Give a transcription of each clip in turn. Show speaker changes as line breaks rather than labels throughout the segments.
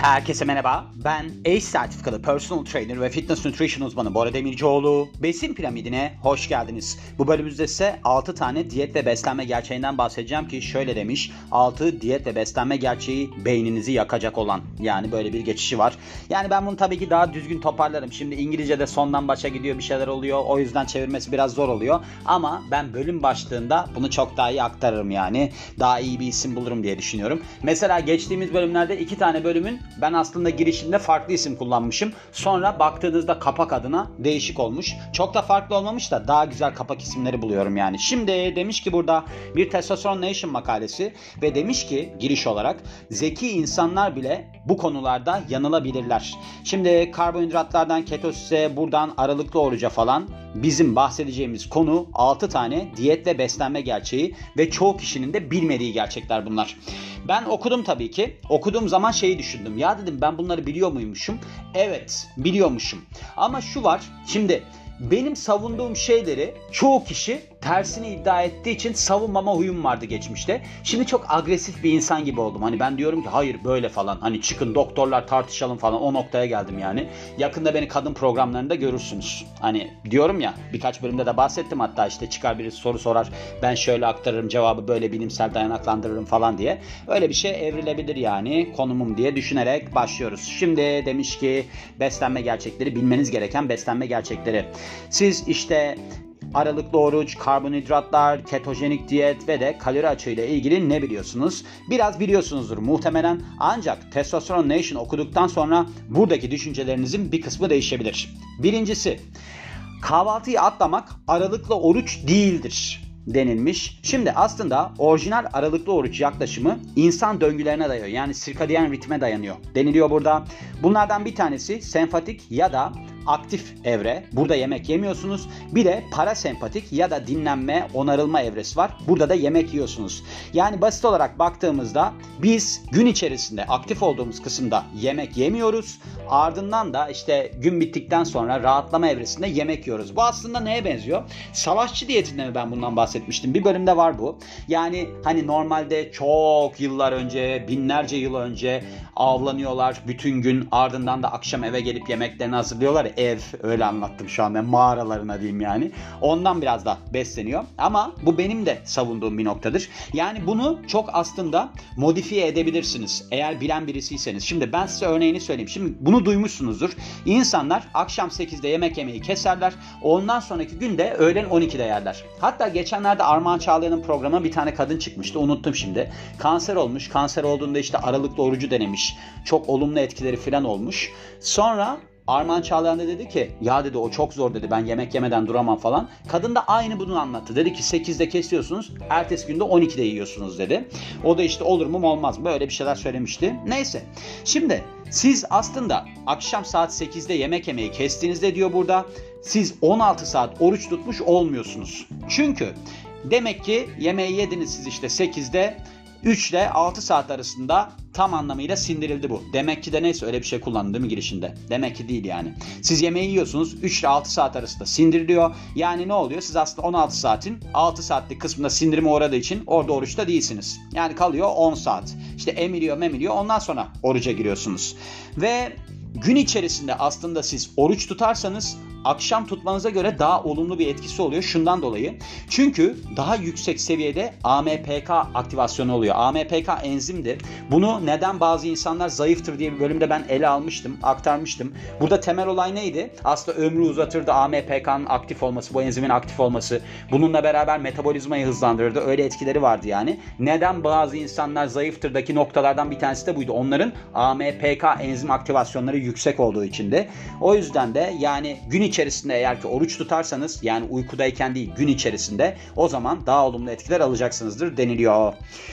Herkese merhaba. Ben ACE sertifikalı personal trainer ve fitness nutrition uzmanı Bora Demircioğlu. Besin piramidine hoş geldiniz. Bu bölümümüzde ise 6 tane diyet ve beslenme gerçeğinden bahsedeceğim ki şöyle demiş. 6 diyet ve beslenme gerçeği beyninizi yakacak olan. Yani böyle bir geçişi var. Yani ben bunu tabii ki daha düzgün toparlarım. Şimdi İngilizce'de sondan başa gidiyor, bir şeyler oluyor. O yüzden çevirmesi biraz zor oluyor. Ama ben bölüm başlığında bunu çok daha iyi aktarırım yani. Daha iyi bir isim bulurum diye düşünüyorum. Mesela geçtiğimiz bölümlerde 2 tane bölümün ben aslında girişinde farklı isim kullanmışım. Sonra baktığınızda kapak adına değişik olmuş. Çok da farklı olmamış da daha güzel kapak isimleri buluyorum yani. Şimdi demiş ki burada bir Testosterone Nation makalesi ve demiş ki giriş olarak zeki insanlar bile bu konularda yanılabilirler. Şimdi karbonhidratlardan ketosize, buradan aralıklı oruca falan bizim bahsedeceğimiz konu 6 tane diyet ve beslenme gerçeği ve çoğu kişinin de bilmediği gerçekler bunlar. Ben okudum tabii ki. Okuduğum zaman şeyi düşündüm. Ya dedim ben bunları biliyor muymuşum? Evet, biliyormuşum. Ama şu var. Şimdi benim savunduğum şeyleri çoğu kişi tersini iddia ettiği için savunmama huyum vardı geçmişte. Şimdi çok agresif bir insan gibi oldum. Hani ben diyorum ki hayır böyle falan. Hani çıkın doktorlar tartışalım falan. O noktaya geldim yani. Yakında beni kadın programlarında görürsünüz. Hani diyorum ya, birkaç bölümde de bahsettim hatta, işte çıkar birisi soru sorar. Ben şöyle aktarırım, cevabı böyle bilimsel dayanaklandırırım falan diye. Öyle bir şey evrilebilir yani konumum diye düşünerek başlıyoruz. Şimdi demiş ki beslenme gerçekleri, bilmeniz gereken beslenme gerçekleri. Siz işte aralıklı oruç, karbonhidratlar, ketojenik diyet ve de kalori açığıyla ilgili ne biliyorsunuz? Biraz biliyorsunuzdur muhtemelen, ancak Testosterone Nation okuduktan sonra buradaki düşüncelerinizin bir kısmı değişebilir. Birincisi, kahvaltıyı atlamak aralıklı oruç değildir denilmiş. Şimdi aslında orijinal aralıklı oruç yaklaşımı insan döngülerine dayanıyor. Yani sirkadiyen ritme dayanıyor deniliyor burada. Bunlardan bir tanesi senfatik ya da aktif evre. Burada yemek yemiyorsunuz. Bir de parasempatik ya da dinlenme, onarılma evresi var. Burada da yemek yiyorsunuz. Yani basit olarak baktığımızda biz gün içerisinde aktif olduğumuz kısımda yemek yemiyoruz. Ardından da işte gün bittikten sonra rahatlama evresinde yemek yiyoruz. Bu aslında neye benziyor? Savaşçı diyetinde mi ben bundan bahsetmiştim? Bir bölümde var bu. Yani hani normalde çok yıllar önce, binlerce yıl önce avlanıyorlar bütün gün, ardından da akşam eve gelip yemeklerini hazırlıyorlar. Ev, öyle anlattım şu an ben, mağaralarına diyeyim yani. Ondan biraz da besleniyor. Ama bu benim de savunduğum bir noktadır. Yani bunu çok aslında modifiye edebilirsiniz eğer bilen birisiyseniz. Şimdi ben size örneğini söyleyeyim. Şimdi bunu duymuşsunuzdur. İnsanlar akşam 8'de yemek yemeyi keserler. Ondan sonraki günde öğlen 12'de yerler. Hatta geçenlerde Armağan Çağlayan'ın programına bir tane kadın çıkmıştı. Unuttum şimdi. Kanser olmuş. Kanser olduğunda işte aralıklı orucu denemiş. Çok olumlu etkileri falan olmuş. Sonra Armağan Çağlayan da dedi ki ya dedi o çok zor dedi, ben yemek yemeden duramam falan. Kadın da aynı bunu anlattı. Dedi ki 8'de kesiyorsunuz, ertesi günde 12'de yiyorsunuz dedi. O da işte olur mu olmaz mı böyle bir şeyler söylemişti. Neyse, şimdi siz aslında akşam saat 8'de yemek yemeyi kestiğinizde diyor burada, siz 16 saat oruç tutmuş olmuyorsunuz. Çünkü demek ki yemeği yediniz siz işte 8'de, 3 ile 6 saat arasında tam anlamıyla sindirildi bu. Demek ki de neyse, öyle bir şey kullandım değil mi girişinde? Demek ki değil yani. Siz yemeği yiyorsunuz, 3 ile 6 saat arasında sindiriliyor. Yani ne oluyor? Siz aslında 16 saatin 6 saatlik kısmında sindirime uğradığı için orada oruçta değilsiniz. Yani kalıyor 10 saat. İşte emiliyor ondan sonra oruca giriyorsunuz. Ve gün içerisinde aslında siz oruç tutarsanız akşam tutmanıza göre daha olumlu bir etkisi oluyor. Şundan dolayı. Çünkü daha yüksek seviyede AMPK aktivasyonu oluyor. AMPK enzimdir. Bunu neden bazı insanlar zayıftır diye bir bölümde ben ele almıştım, aktarmıştım. Burada temel olay neydi? Aslında ömrü uzatırdı AMPK'nın aktif olması, bu enzimin aktif olması. Bununla beraber metabolizmayı hızlandırırdı. Öyle etkileri vardı yani. Neden bazı insanlar zayıftırdaki noktalardan bir tanesi de buydu. Onların AMPK enzim aktivasyonları yüksek olduğu için de. O yüzden de yani gün içerisinde eğer ki oruç tutarsanız, yani uykudayken değil gün içerisinde, o zaman daha olumlu etkiler alacaksınızdır deniliyor.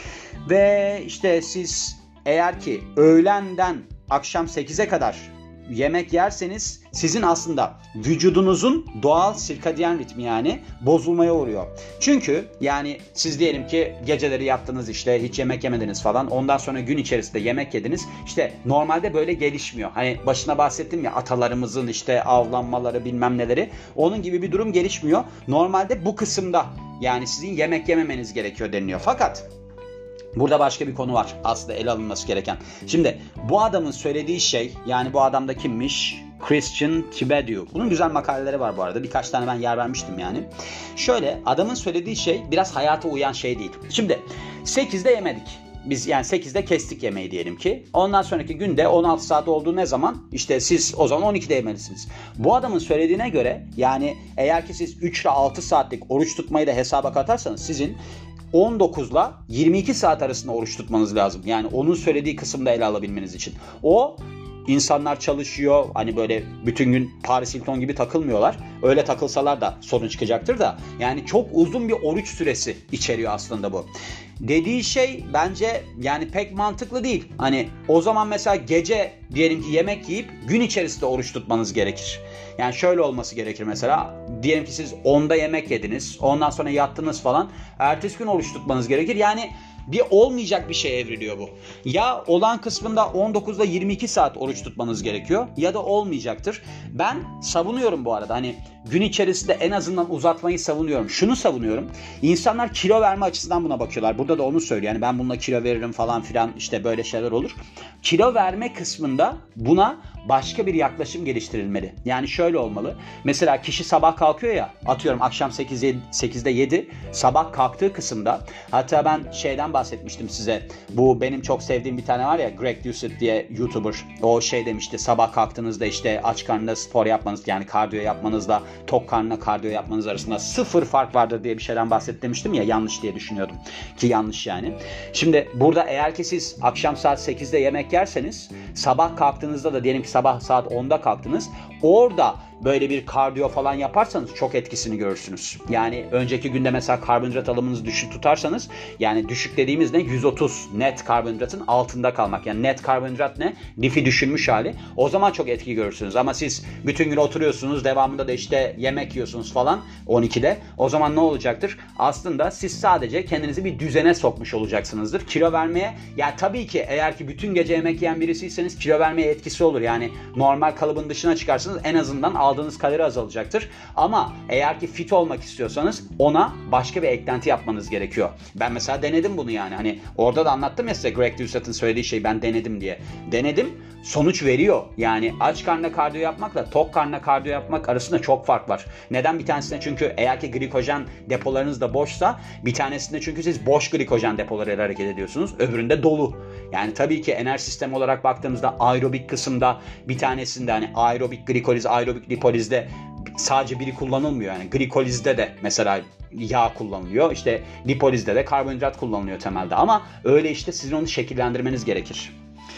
Ve işte siz eğer ki öğlenden akşam 8'e kadar yemek yerseniz sizin aslında vücudunuzun doğal sirkadiyen ritmi yani bozulmaya uğruyor. Çünkü yani siz diyelim ki geceleri yattınız, işte hiç yemek yemediniz falan, ondan sonra gün içerisinde yemek yediniz. İşte normalde böyle gelişmiyor. Hani başına bahsettim ya, atalarımızın işte avlanmaları bilmem neleri, onun gibi bir durum gelişmiyor. Normalde bu kısımda yani sizin yemek yememeniz gerekiyor deniliyor. Fakat Burada başka bir konu var aslında ele alınması gereken. Şimdi bu adamın söylediği şey, yani bu adam da kimmiş? Christian Thibaudier. Bunun güzel makaleleri var bu arada. Birkaç tane ben yer vermiştim yani. Şöyle, adamın söylediği şey biraz hayata uyan şey değil. Şimdi 8'de yemedik. Biz yani 8'de kestik yemeği diyelim ki. Ondan sonraki günde 16 saat olduğu ne zaman? İşte siz o zaman 12'de yemelisiniz. Bu adamın söylediğine göre, yani eğer ki siz 3 ile 6 saatlik oruç tutmayı da hesaba katarsanız sizin 19 ile 22 saat arasında oruç tutmanız lazım. Yani onun söylediği kısımda ele alabilmeniz için. O, insanlar çalışıyor. Hani böyle bütün gün Paris Hilton gibi takılmıyorlar. Öyle takılsalar da sorun çıkacaktır da. Yani çok uzun bir oruç süresi içeriyor aslında bu. Dediği şey bence yani pek mantıklı değil. Hani o zaman mesela gece diyelim ki yemek yiyip gün içerisinde oruç tutmanız gerekir. Yani şöyle olması gerekir mesela. Diyelim ki siz 10'da yemek yediniz. Ondan sonra yattınız falan. Ertesi gün oruç tutmanız gerekir. Yani bir olmayacak bir şey evriliyor bu. Ya olan kısmında 19'da 22 saat oruç tutmanız gerekiyor ya da olmayacaktır. Ben savunuyorum bu arada. Hani gün içerisinde en azından uzatmayı savunuyorum. Şunu savunuyorum. İnsanlar kilo verme açısından buna bakıyorlar. Burada da onu söylüyor. Yani ben bununla kilo veririm falan filan, işte böyle şeyler olur. Kilo verme kısmında buna başka bir yaklaşım geliştirilmeli. Yani şöyle olmalı. Mesela kişi sabah kalkıyor ya, atıyorum akşam 8'de 7, sabah kalktığı kısımda, hatta ben şeyden bahsetmiştim size. Bu benim çok sevdiğim bir tane var ya, Greg Doucette diye YouTuber. O şey demişti, sabah kalktığınızda işte aç karnına spor yapmanız, yani kardiyo yapmanızla tok karnına kardiyo yapmanız arasında 0 fark vardır diye bir şeyden bahsetmiştim ya, yanlış diye düşünüyordum. Ki yanlış yani. Şimdi burada eğer ki siz akşam saat 8'de yemek yerseniz, sabah kalktığınızda da diyelim ki sabah saat 10'da kalktınız. Orada böyle bir kardiyo falan yaparsanız çok etkisini görürsünüz. Yani önceki günde mesela karbonhidrat alımınızı düşük tutarsanız, yani düşük dediğimiz ne? 130 net karbonhidratın altında kalmak. Yani net karbonhidrat ne? Lifi düşürmüş hali. O zaman çok etki görürsünüz. Ama siz bütün gün oturuyorsunuz, devamında da işte yemek yiyorsunuz falan 12'de. O zaman ne olacaktır? Aslında siz sadece kendinizi bir düzene sokmuş olacaksınızdır. Kilo vermeye, yani tabii ki eğer ki bütün gece yemek yiyen birisiyseniz kilo vermeye etkisi olur. Yani normal kalıbın dışına çıkarsınız, en azından aldığınız kalori azalacaktır. Ama eğer ki fit olmak istiyorsanız ona başka bir eklenti yapmanız gerekiyor. Ben mesela denedim bunu yani. Hani orada da anlattım ya size, Greg Doucette'ın söylediği şeyi ben denedim diye. Denedim. Sonuç veriyor. Yani aç karnına kardiyo yapmakla tok karnına kardiyo yapmak arasında çok fark var. Neden? Bir tanesinde çünkü eğer ki glikojen depolarınız da boşsa, bir tanesinde çünkü siz boş glikojen depolarıyla hareket ediyorsunuz. Öbüründe dolu. Yani tabii ki enerji sistemi olarak baktığımızda aerobik kısımda bir tanesinde, hani aerobik glikoliz, aerobik lipolizde sadece biri kullanılmıyor. Yani glikolizde de mesela yağ kullanılıyor. İşte lipolizde de karbonhidrat kullanılıyor temelde. Ama öyle işte sizin onu şekillendirmeniz gerekir.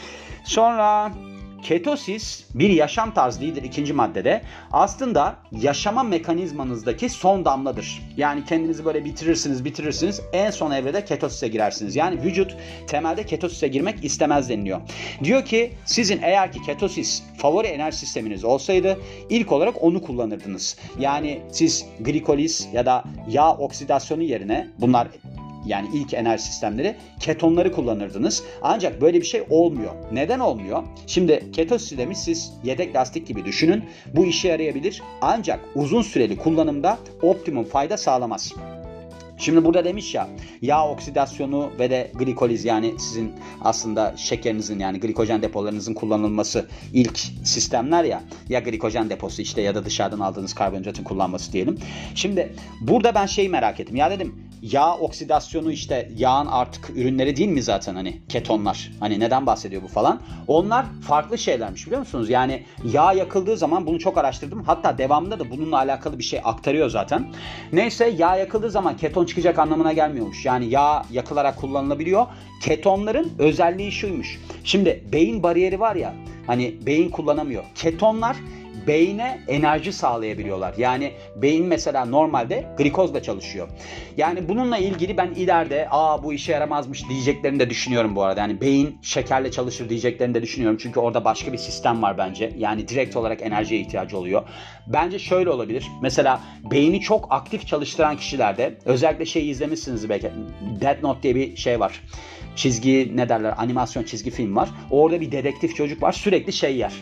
Sonra ketosis bir yaşam tarzı değildir ikinci maddede. Aslında yaşama mekanizmanızdaki son damladır. Yani kendinizi böyle bitirirsiniz. En son evrede ketosise girersiniz. Yani vücut temelde ketosise girmek istemez deniliyor. Diyor ki sizin eğer ki ketosis favori enerji sisteminiz olsaydı ilk olarak onu kullanırdınız. Yani siz glikoliz ya da yağ oksidasyonu yerine, bunlar yani ilk enerji sistemleri, ketonları kullanırdınız. Ancak böyle bir şey olmuyor. Neden olmuyor? Şimdi ketosisi demiş, siz yedek lastik gibi düşünün. Bu işe yarayabilir. Ancak uzun süreli kullanımda optimum fayda sağlamaz. Şimdi burada demiş ya, yağ oksidasyonu ve de glikoliz, yani sizin aslında şekerinizin, yani glikojen depolarınızın kullanılması ilk sistemler ya. Ya glikojen deposu işte ya da dışarıdan aldığınız karbonhidratın kullanması diyelim. Şimdi burada ben şeyi merak ettim. Ya dedim, yağ oksidasyonu işte yağın artık ürünleri değil mi zaten, hani ketonlar? Hani neden bahsediyor bu falan? Onlar farklı şeylermiş, biliyor musunuz? Yani yağ yakıldığı zaman, bunu çok araştırdım. Hatta devamında da bununla alakalı bir şey aktarıyor zaten. Neyse, yağ yakıldığı zaman keton çıkacak anlamına gelmiyormuş. Yani yağ yakılarak kullanılabiliyor. Ketonların özelliği şuymuş. Şimdi beyin bariyeri var ya, hani beyin kullanamıyor. Ketonlar beyne enerji sağlayabiliyorlar. Yani beyin mesela normalde glikozla çalışıyor. Yani bununla ilgili ben ileride bu işe yaramazmış diyeceklerini de düşünüyorum bu arada. Yani beyin şekerle çalışır diyeceklerini de düşünüyorum. Çünkü orada başka bir sistem var bence. Yani direkt olarak enerjiye ihtiyacı oluyor. Bence şöyle olabilir. Mesela beyni çok aktif çalıştıran kişilerde, özellikle şeyi izlemişsiniz belki. Death Note diye bir şey var. Çizgi, ne derler, animasyon çizgi film var. Orada bir dedektif çocuk var. Sürekli şey yer.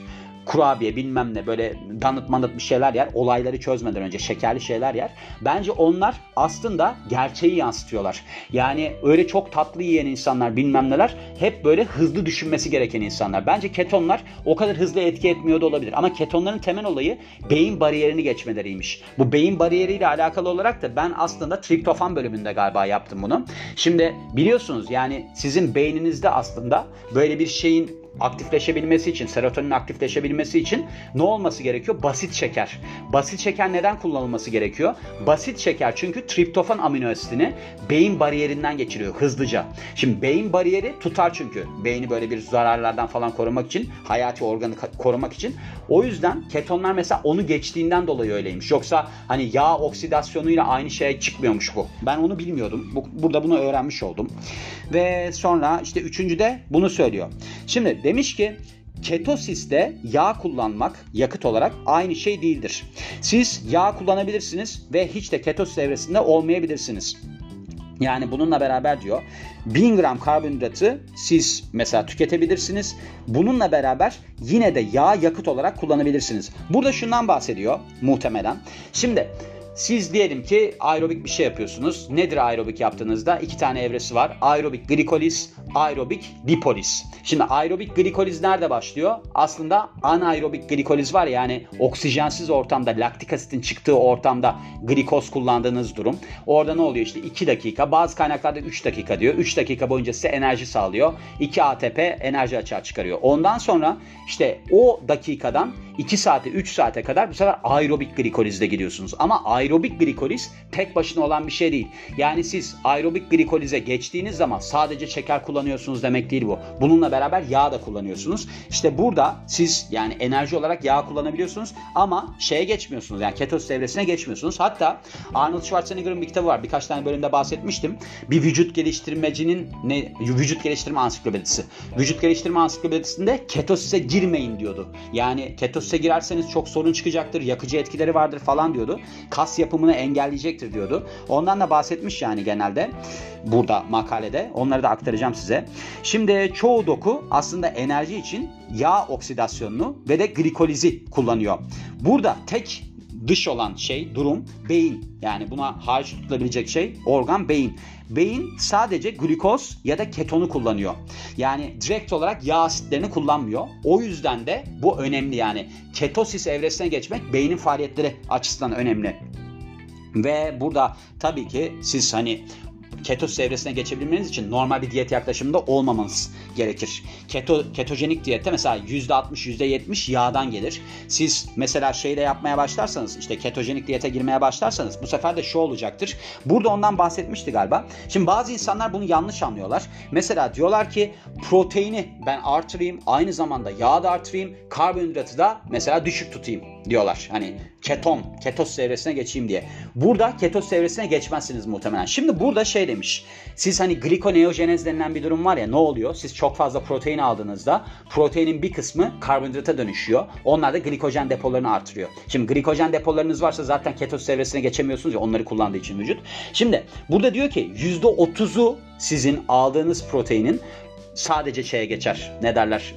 kurabiye bilmem ne böyle danıt bir şeyler yer. Olayları çözmeden önce şekerli şeyler yer. Bence onlar aslında gerçeği yansıtıyorlar. Yani öyle çok tatlı yiyen insanlar bilmem neler hep böyle hızlı düşünmesi gereken insanlar. Bence ketonlar o kadar hızlı etki etmiyor da olabilir. Ama ketonların temel olayı beyin bariyerini geçmeleriymiş. Bu beyin bariyeriyle alakalı olarak da ben aslında triptofan bölümünde galiba yaptım bunu. Şimdi biliyorsunuz yani sizin beyninizde aslında böyle bir şeyin aktifleşebilmesi için, serotonin aktifleşebilmesi için ne olması gerekiyor? Basit şeker. Basit şeker neden kullanılması gerekiyor? Basit şeker çünkü triptofan amino asitini beyin bariyerinden geçiriyor hızlıca. Şimdi beyin bariyeri tutar çünkü. Beyni böyle bir zararlardan falan korumak için, hayati organı korumak için. O yüzden ketonlar mesela onu geçtiğinden dolayı öyleymiş. Yoksa hani yağ oksidasyonuyla aynı şeye çıkmıyormuş bu. Ben onu bilmiyordum. Burada bunu öğrenmiş oldum. Ve sonra işte üçüncü de bunu söylüyor. Şimdi demiş ki ketosiste yağ kullanmak yakıt olarak aynı şey değildir. Siz yağ kullanabilirsiniz ve hiç de ketosis evresinde olmayabilirsiniz. Yani bununla beraber diyor 1000 gram karbonhidratı siz mesela tüketebilirsiniz. Bununla beraber yine de yağ yakıt olarak kullanabilirsiniz. Burada şundan bahsediyor muhtemelen. Şimdi siz diyelim ki aerobik bir şey yapıyorsunuz. Nedir aerobik yaptığınızda? 2 tane evresi var. Aerobik glikoliz, aerobik lipoliz. Şimdi aerobik glikoliz nerede başlıyor? Aslında anaerobik glikoliz var ya, yani oksijensiz ortamda, laktik asitin çıktığı ortamda glikoz kullandığınız durum. Orada ne oluyor işte 2 dakika, bazı kaynaklarda 3 dakika diyor. 3 dakika boyunca size enerji sağlıyor. 2 ATP enerji açığa çıkarıyor. Ondan sonra işte o dakikadan 2 saate 3 saate kadar bu sefer aerobik glikolizde gidiyorsunuz. Ama aerobik glikoliz tek başına olan bir şey değil. Yani siz aerobik glikolize geçtiğiniz zaman sadece şeker kullanıyorsunuz demek değil bu. Bununla beraber yağ da kullanıyorsunuz. İşte burada siz yani enerji olarak yağ kullanabiliyorsunuz ama şeye geçmiyorsunuz. Yani ketosis evresine geçmiyorsunuz. Hatta Arnold Schwarzenegger'ın bir kitabı var. Birkaç tane bölümde bahsetmiştim. Bir vücut geliştirmecinin vücut geliştirme ansiklopedisi. Vücut geliştirme ansiklopedisinde ketosise girmeyin diyordu. Yani ketosise girerseniz çok sorun çıkacaktır. Yakıcı etkileri vardır falan diyordu. Kas yapımını engelleyecektir diyordu. Ondan da bahsetmiş yani genelde burada makalede. Onları da aktaracağım size. Şimdi çoğu doku aslında enerji için yağ oksidasyonunu ve de glikolizi kullanıyor. Burada tek dış olan durum beyin. Yani buna hariç tutulabilecek organ beyin. Beyin sadece glikoz ya da ketonu kullanıyor. Yani direkt olarak yağ asitlerini kullanmıyor. O yüzden de bu önemli yani. Ketosis evresine geçmek beynin faaliyetleri açısından önemli. Ve burada tabii ki siz hani ketosis evresine geçebilmeniz için normal bir diyet yaklaşımında olmamanız gerekir. Ketojenik diyette mesela %60, %70 yağdan gelir. Siz mesela şeyle yapmaya başlarsanız, işte ketojenik diyete girmeye başlarsanız bu sefer de şu olacaktır. Burada ondan bahsetmişti galiba. Şimdi bazı insanlar bunu yanlış anlıyorlar. Mesela diyorlar ki proteini ben artırayım, aynı zamanda yağı da artırayım, karbonhidratı da mesela düşük tutayım diyorlar. Hani ketosis evresine geçeyim diye. Burada ketosis evresine geçmezsiniz muhtemelen. Şimdi burada demiş. Siz hani glikoneojenez denilen bir durum var ya, ne oluyor? Siz çok fazla protein aldığınızda proteinin bir kısmı karbonhidrata dönüşüyor. Onlar da glikojen depolarını artırıyor. Şimdi glikojen depolarınız varsa zaten ketosis evresine geçemiyorsunuz ya, onları kullandığı için vücut. Şimdi burada diyor ki %30'u sizin aldığınız proteinin sadece şeye geçer. Ne derler?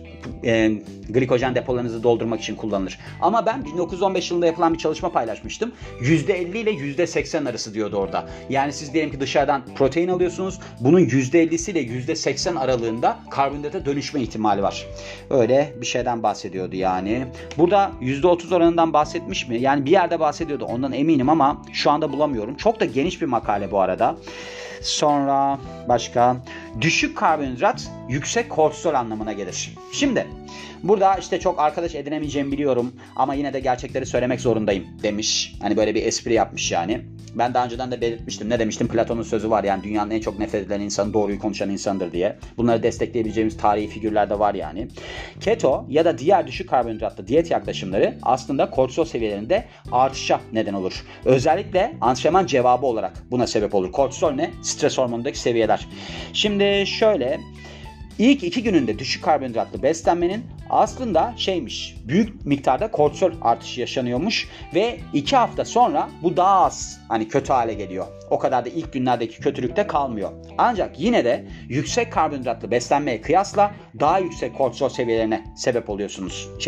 Glikojen depolarınızı doldurmak için kullanılır. Ama ben 1915 yılında yapılan bir çalışma paylaşmıştım. %50 ile %80 arası diyordu orada. Yani siz diyelim ki dışarıdan protein alıyorsunuz. Bunun %50'si ile %80 aralığında karbonhidrata dönüşme ihtimali var. Öyle bir şeyden bahsediyordu yani. Burada %30 oranından bahsetmiş mi? Yani bir yerde bahsediyordu. Ondan eminim ama şu anda bulamıyorum. Çok da geniş bir makale bu arada. Sonra başka düşük karbonhidrat yüksek kortizol anlamına gelir. Şimdi burada işte çok arkadaş edinemeyeceğimi biliyorum ama yine de gerçekleri söylemek zorundayım demiş. Hani böyle bir espri yapmış yani. Ben daha önceden de belirtmiştim. Ne demiştim? Platon'un sözü var yani dünyanın en çok nefret edilen insanı doğruyu konuşan insandır diye. Bunları destekleyebileceğimiz tarihi figürler de var yani. Keto ya da diğer düşük karbonhidratlı diyet yaklaşımları aslında kortizol seviyelerinde artışa neden olur. Özellikle antrenman cevabı olarak buna sebep olur. Kortizol ne? Stres hormonundaki seviyeler. Şimdi şöyle, İlk 2 gününde düşük karbonhidratlı beslenmenin aslında büyük miktarda kortizol artışı yaşanıyormuş ve 2 hafta sonra bu daha az kötü hale geliyor. O kadar da ilk günlerdeki kötülükte kalmıyor. Ancak yine de yüksek karbonhidratlı beslenmeye kıyasla daha yüksek kortizol seviyelerine sebep oluyorsunuz.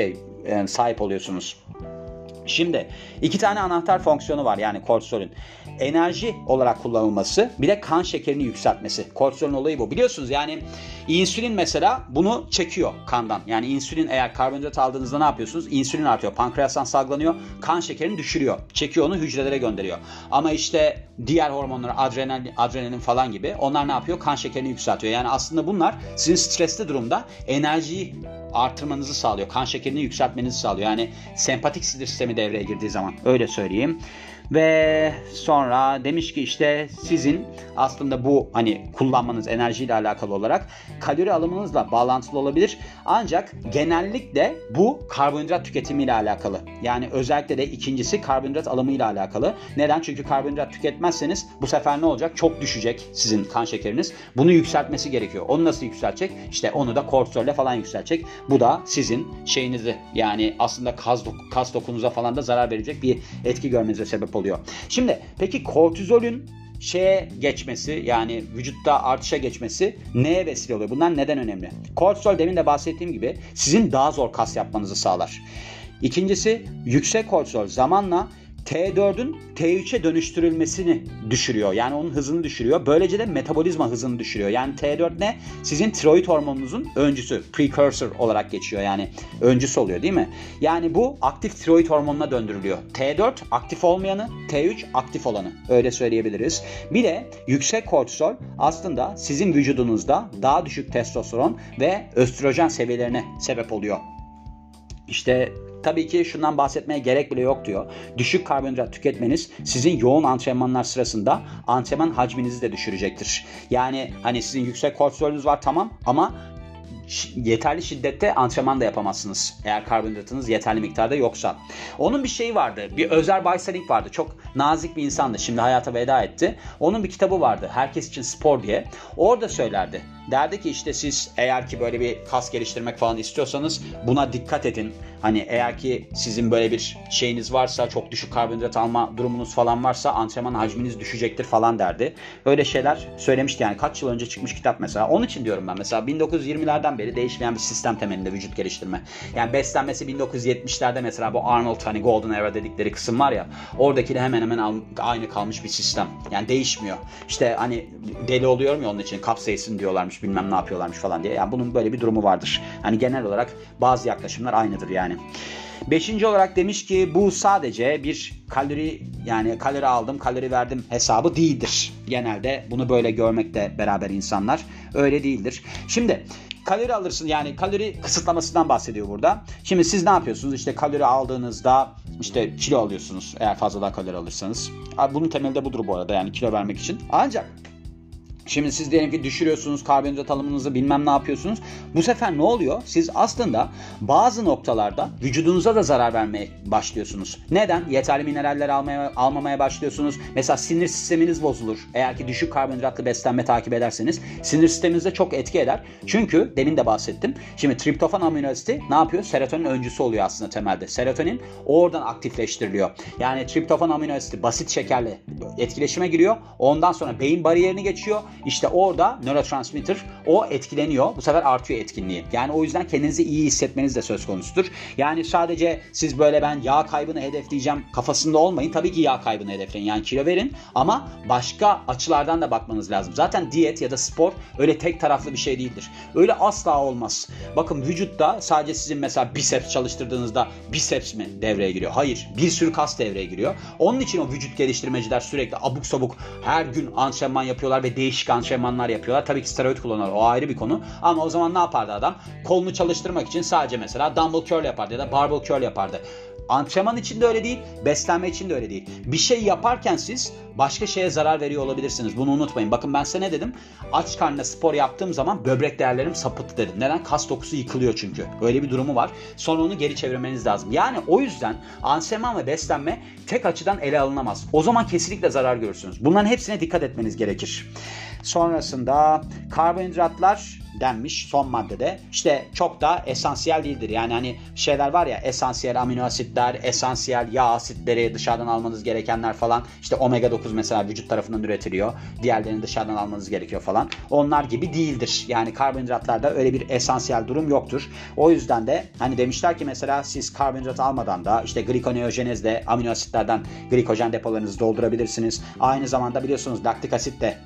sahip oluyorsunuz. Şimdi 2 tane anahtar fonksiyonu var yani kortizolün. Enerji olarak kullanılması, bir de kan şekerini yükseltmesi. Kortizolün olayı bu. Biliyorsunuz yani insülin mesela bunu çekiyor kandan. Yani insülin, eğer karbonhidrat aldığınızda ne yapıyorsunuz? İnsülin artıyor. Pankreastan salgılanıyor. Kan şekerini düşürüyor. Çekiyor, onu hücrelere gönderiyor. Ama işte diğer hormonlar, adrenalin falan gibi, onlar ne yapıyor? Kan şekerini yükseltiyor. Yani aslında bunlar sizin stresli durumda enerjiyi artırmanızı sağlıyor. Kan şekerini yükseltmenizi sağlıyor. Yani sempatik sinir sistemi devreye girdiği zaman, öyle söyleyeyim. Ve sonra demiş ki işte sizin aslında bu hani kullanmanız enerjiyle alakalı olarak kalori alımınızla bağlantılı olabilir. Ancak genellikle bu karbonhidrat tüketimiyle alakalı. Yani özellikle de ikincisi karbonhidrat alımıyla alakalı. Neden? Çünkü karbonhidrat tüketmezseniz bu sefer ne olacak? Çok düşecek sizin kan şekeriniz. Bunu yükseltmesi gerekiyor. Onu nasıl yükseltecek? İşte onu da kortizolle falan yükseltecek. Bu da sizin şeyinizi, yani aslında kas dokunuza falan da zarar verecek bir etki görmenize sebep oluyor. Şimdi peki kortizolün şeye geçmesi, yani vücutta artışa geçmesi neye vesile oluyor? Bunlar neden önemli? Kortizol, demin de bahsettiğim gibi, sizin daha zor kas yapmanızı sağlar. İkincisi, yüksek kortizol zamanla T4'ün T3'e dönüştürülmesini düşürüyor. Yani onun hızını düşürüyor. Böylece de metabolizma hızını düşürüyor. Yani T4 ne? Sizin tiroid hormonunuzun öncüsü. Precursor olarak geçiyor. Yani öncüsü oluyor değil mi? Yani bu aktif tiroid hormonuna döndürülüyor. T4 aktif olmayanı, T3 aktif olanı. Öyle söyleyebiliriz. Bir de yüksek kortizol aslında sizin vücudunuzda daha düşük testosteron ve östrojen seviyelerine sebep oluyor. İşte tabii ki şundan bahsetmeye gerek bile yok diyor. Düşük karbonhidrat tüketmeniz sizin yoğun antrenmanlar sırasında antrenman hacminizi de düşürecektir. Yani hani sizin yüksek kortizolünüz var, tamam, ama yeterli şiddette antrenman da yapamazsınız eğer karbonhidratınız yeterli miktarda yoksa. Onun bir şeyi vardı. Bir Özer Baysaling vardı. Çok nazik bir insandı. Şimdi hayata veda etti. Onun bir kitabı vardı. Herkes için Spor diye. Orada söylerdi. Derdi ki işte siz eğer ki böyle bir kas geliştirmek falan istiyorsanız buna dikkat edin. Hani eğer ki sizin böyle bir şeyiniz varsa, çok düşük karbonhidrat alma durumunuz falan varsa antrenman hacminiz düşecektir falan derdi. Öyle şeyler söylemişti yani, kaç yıl önce çıkmış kitap mesela. Onun için diyorum ben, mesela 1920'lerden beri değişmeyen bir sistem temelinde vücut geliştirme. Yani beslenmesi 1970'lerde mesela bu Arnold hani Golden Era dedikleri kısım var ya, oradakiyle hemen hemen aynı kalmış bir sistem. Yani değişmiyor. İşte hani deli oluyorum ya onun için, kapsayısın diyorlarmış, bilmem ne yapıyorlarmış falan diye. Yani bunun böyle bir durumu vardır. Hani genel olarak bazı yaklaşımlar aynıdır yani. 5. olarak demiş ki bu sadece bir kalori, yani kalori aldım, kalori verdim hesabı değildir. Genelde bunu böyle görmekle beraber insanlar öyle değildir. Şimdi kalori alırsın, yani kalori kısıtlamasından bahsediyor burada. Şimdi siz ne yapıyorsunuz? İşte kalori aldığınızda işte kilo alıyorsunuz eğer fazladan kalori alırsanız. Bunun temelde budur bu arada, yani kilo vermek için. Ancak şimdi siz diyelim ki düşürüyorsunuz karbonhidrat alımınızı, bilmem ne yapıyorsunuz. Bu sefer ne oluyor? Siz aslında bazı noktalarda vücudunuza da zarar vermeye başlıyorsunuz. Neden? Yeterli mineraller almamaya başlıyorsunuz. Mesela sinir sisteminiz bozulur. Eğer ki düşük karbonhidratlı beslenme takip ederseniz sinir sisteminize çok etki eder. Çünkü demin de bahsettim. Şimdi triptofan amino asidi ne yapıyor? Serotonin öncüsü oluyor aslında temelde. Serotonin oradan aktifleştiriliyor. Yani triptofan amino asidi basit şekerle etkileşime giriyor. Ondan sonra beyin bariyerini geçiyor. İşte orada nörotransmitter o etkileniyor. Bu sefer artıyor etkinliği. Yani o yüzden kendinizi iyi hissetmeniz de söz konusudur. Yani sadece siz böyle ben yağ kaybını hedefleyeceğim kafasında olmayın. Tabii ki yağ kaybını hedefleyin. Yani kilo verin ama başka açılardan da bakmanız lazım. Zaten diyet ya da spor öyle tek taraflı bir şey değildir. Öyle asla olmaz. Bakın vücutta sadece sizin mesela biceps çalıştırdığınızda biceps mi devreye giriyor? Hayır. Bir sürü kas devreye giriyor. Onun için o vücut geliştirmeciler sürekli abuk sabuk her gün antrenman yapıyorlar ve değişik antrenmanlar yapıyorlar. Tabii ki steroid kullanıyorlar. O ayrı bir konu. Ama o zaman ne yapardı adam? Kolunu çalıştırmak için sadece mesela dumbbell curl yapardı ya da barbell curl yapardı. Antrenman için de öyle değil, beslenme için de öyle değil. Bir şey yaparken siz başka şeye zarar veriyor olabilirsiniz. Bunu unutmayın. Bakın ben size ne dedim? Aç karnına spor yaptığım zaman böbrek değerlerim sapıttı dedim. Neden? Kas dokusu yıkılıyor çünkü. Öyle bir durumu var. Sonra onu geri çevirmeniz lazım. Yani o yüzden antrenman ve beslenme tek açıdan ele alınamaz. O zaman kesinlikle zarar görürsünüz. Bunların hepsine dikkat etmeniz gerekir. Sonrasında karbonhidratlar denmiş son maddede. İşte çok da esansiyel değildir. Yani hani şeyler var ya, esansiyel amino asitler, esansiyel yağ asitleri, dışarıdan almanız gerekenler falan. İşte omega 9 mesela vücut tarafından üretiliyor. Diğerlerini dışarıdan almanız gerekiyor falan. Onlar gibi değildir. Yani karbonhidratlarda öyle bir esansiyel durum yoktur. O yüzden de hani demişler ki mesela siz karbonhidrat almadan da işte glikoneojenezle amino asitlerden glikojen depolarınızı doldurabilirsiniz. Aynı zamanda biliyorsunuz laktik asit de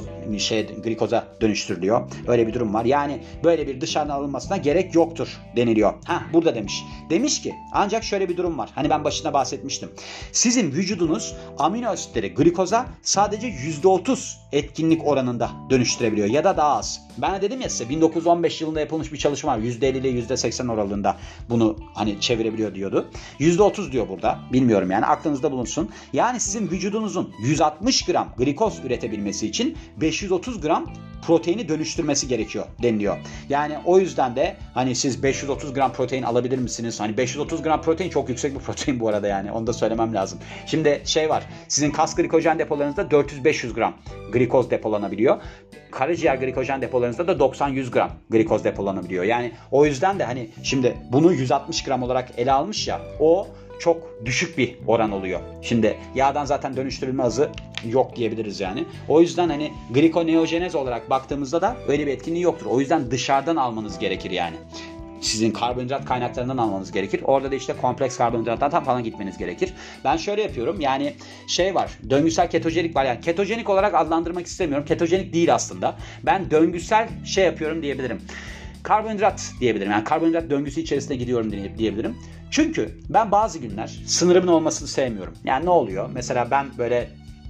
glikoza dönüştürülüyor. Öyle bir durum var. Yani böyle bir dışarıdan alınmasına gerek yoktur deniliyor. Burada demiş. Demiş ki ancak şöyle bir durum var. Hani ben başında bahsetmiştim. Sizin vücudunuz amino asitleri glikoza sadece %30 etkinlik oranında dönüştürebiliyor ya da daha az. Ben de dedim ya size 1915 yılında yapılmış bir çalışma var. %50 ile %80 aralığında bunu hani çevirebiliyor diyordu. %30 diyor burada. Bilmiyorum yani, aklınızda bulunsun. Yani sizin vücudunuzun 160 gram glikoz üretebilmesi için 530 gram proteini dönüştürmesi gerekiyor deniliyor. Yani o yüzden de hani siz 530 gram protein alabilir misiniz? Hani 530 gram protein çok yüksek bir protein bu arada yani. Onu da söylemem lazım. Şimdi şey var. Sizin kas glikojen depolarınızda 400-500 gram glikoz depolanabiliyor. Karaciğer glikojen depolarınızda da 90-100 gram glikoz depolanabiliyor. Yani o yüzden de hani şimdi bunu 160 gram olarak ele almış ya, o çok düşük bir oran oluyor. Şimdi yağdan zaten dönüştürülme hızı yok diyebiliriz yani. O yüzden hani glikoneojenez olarak baktığımızda da öyle bir etkinliği yoktur. O yüzden dışarıdan almanız gerekir yani. Sizin karbonhidrat kaynaklarından almanız gerekir. Orada da işte kompleks karbonhidratlardan falan gitmeniz gerekir. Ben şöyle yapıyorum. Yani şey var. Döngüsel ketojenik var. Yani ketojenik olarak adlandırmak istemiyorum. Ketojenik değil aslında. Ben döngüsel şey yapıyorum diyebilirim. Karbonhidrat diyebilirim. Yani karbonhidrat döngüsü içerisinde gidiyorum diyebilirim. Çünkü ben bazı günler sınırımın olmasını sevmiyorum. Yani ne oluyor? Mesela ben böyle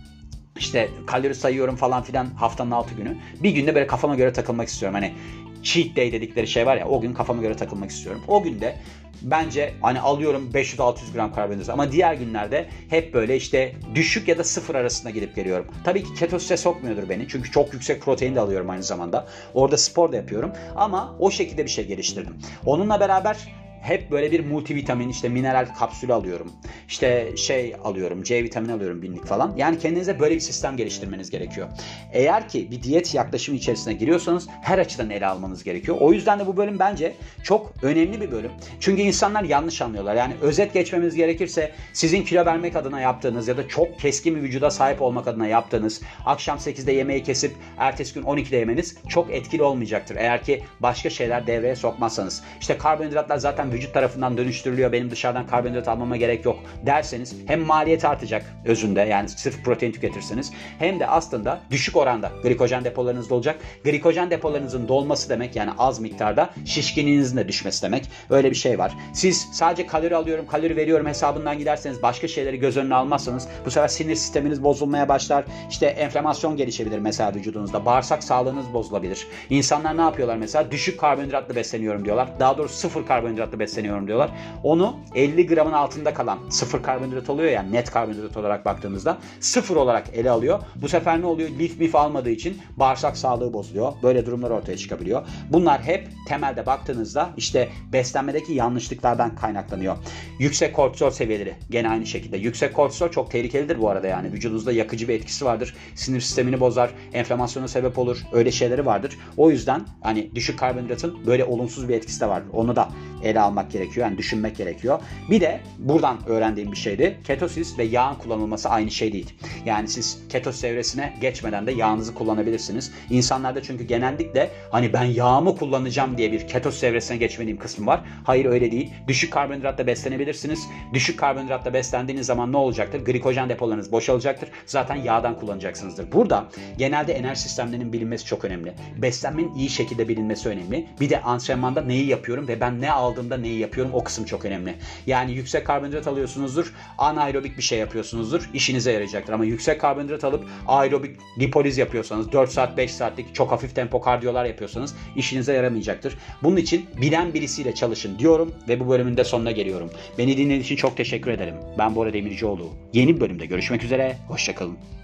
işte kalori sayıyorum falan filan haftanın 6 günü. Bir günde böyle kafama göre takılmak istiyorum. Hani cheat day dedikleri şey var ya, o gün kafama göre takılmak istiyorum. O günde bence hani alıyorum 500-600 gram karbonhidrat ama diğer günlerde hep böyle işte düşük ya da sıfır arasında gidip geliyorum. Tabii ki ketosise sokmuyordur beni çünkü çok yüksek protein de alıyorum aynı zamanda. Orada spor da yapıyorum ama o şekilde bir şey geliştirdim. Onunla beraber hep böyle bir multivitamin, işte mineral kapsülü alıyorum. İşte şey alıyorum, C vitamini alıyorum binlik falan. Yani kendinize böyle bir sistem geliştirmeniz gerekiyor. Eğer ki bir diyet yaklaşımı içerisine giriyorsanız her açıdan ele almanız gerekiyor. O yüzden de bu bölüm bence çok önemli bir bölüm. Çünkü insanlar yanlış anlıyorlar. Yani özet geçmemiz gerekirse sizin kilo vermek adına yaptığınız ya da çok keskin bir vücuda sahip olmak adına yaptığınız akşam 8'de yemeği kesip ertesi gün 12'de yemeniz çok etkili olmayacaktır. Eğer ki başka şeyler devreye sokmazsanız. İşte karbonhidratlar zaten vücut tarafından dönüştürülüyor. Benim dışarıdan karbonhidrat almama gerek yok derseniz hem maliyet artacak özünde, yani sırf protein tüketirseniz, hem de aslında düşük oranda glikojen depolarınızda olacak. Glikojen depolarınızın dolması demek yani az miktarda şişkinliğinizin de düşmesi demek. Öyle bir şey var. Siz sadece kalori alıyorum, kalori veriyorum hesabından giderseniz, başka şeyleri göz önüne almazsanız bu sefer sinir sisteminiz bozulmaya başlar. İşte enflamasyon gelişebilir mesela vücudunuzda. Bağırsak sağlığınız bozulabilir. İnsanlar ne yapıyorlar mesela? Düşük karbonhidratlı besleniyorum diyorlar. Daha doğrusu sıfır karbonhidratlı besleniyorum diyorlar. Onu 50 gramın altında kalan sıfır karbonhidrat oluyor yani, net karbonhidrat olarak baktığımızda sıfır olarak ele alıyor. Bu sefer ne oluyor? Lif mif almadığı için bağırsak sağlığı bozuluyor. Böyle durumlar ortaya çıkabiliyor. Bunlar hep temelde baktığınızda işte beslenmedeki yanlışlıklardan kaynaklanıyor. Yüksek kortizol seviyeleri gene aynı şekilde. Yüksek kortizol çok tehlikelidir bu arada yani. Vücudunuzda yakıcı bir etkisi vardır. Sinir sistemini bozar. Enflamasyona sebep olur. Öyle şeyleri vardır. O yüzden hani düşük karbonhidratın böyle olumsuz bir etkisi de var. Onu da ele almak gerekiyor. Yani düşünmek gerekiyor. Bir de buradan öğrendiğim bir şeydi. Ketosis ve yağın kullanılması aynı şey değil. Yani siz ketosis evresine geçmeden de yağınızı kullanabilirsiniz. İnsanlarda çünkü genellikle hani ben yağımı kullanacağım diye bir ketosis evresine geçmediğim kısmı var. Hayır, öyle değil. Düşük karbonhidratla beslenebilirsiniz. Düşük karbonhidratla beslendiğiniz zaman ne olacaktır? Glikojen depolarınız boşalacaktır. Zaten yağdan kullanacaksınızdır. Burada genelde enerji sistemlerinin bilinmesi çok önemli. Beslenmenin iyi şekilde bilinmesi önemli. Bir de antrenmanda neyi yapıyorum ve ben ne aldığımda neyi yapıyorum, o kısım çok önemli. Yani yüksek karbonhidrat alıyorsunuzdur, anaerobik bir şey yapıyorsunuzdur, işinize yarayacaktır. Ama yüksek karbonhidrat alıp aerobik lipoliz yapıyorsanız, 4 saat 5 saatlik çok hafif tempo kardiyolar yapıyorsanız işinize yaramayacaktır. Bunun için bilen birisiyle çalışın diyorum ve bu bölümün de sonuna geliyorum. Beni dinlediğiniz için çok teşekkür ederim. Ben Bora Demircioğlu. Yeni bir bölümde görüşmek üzere. Hoşça kalın.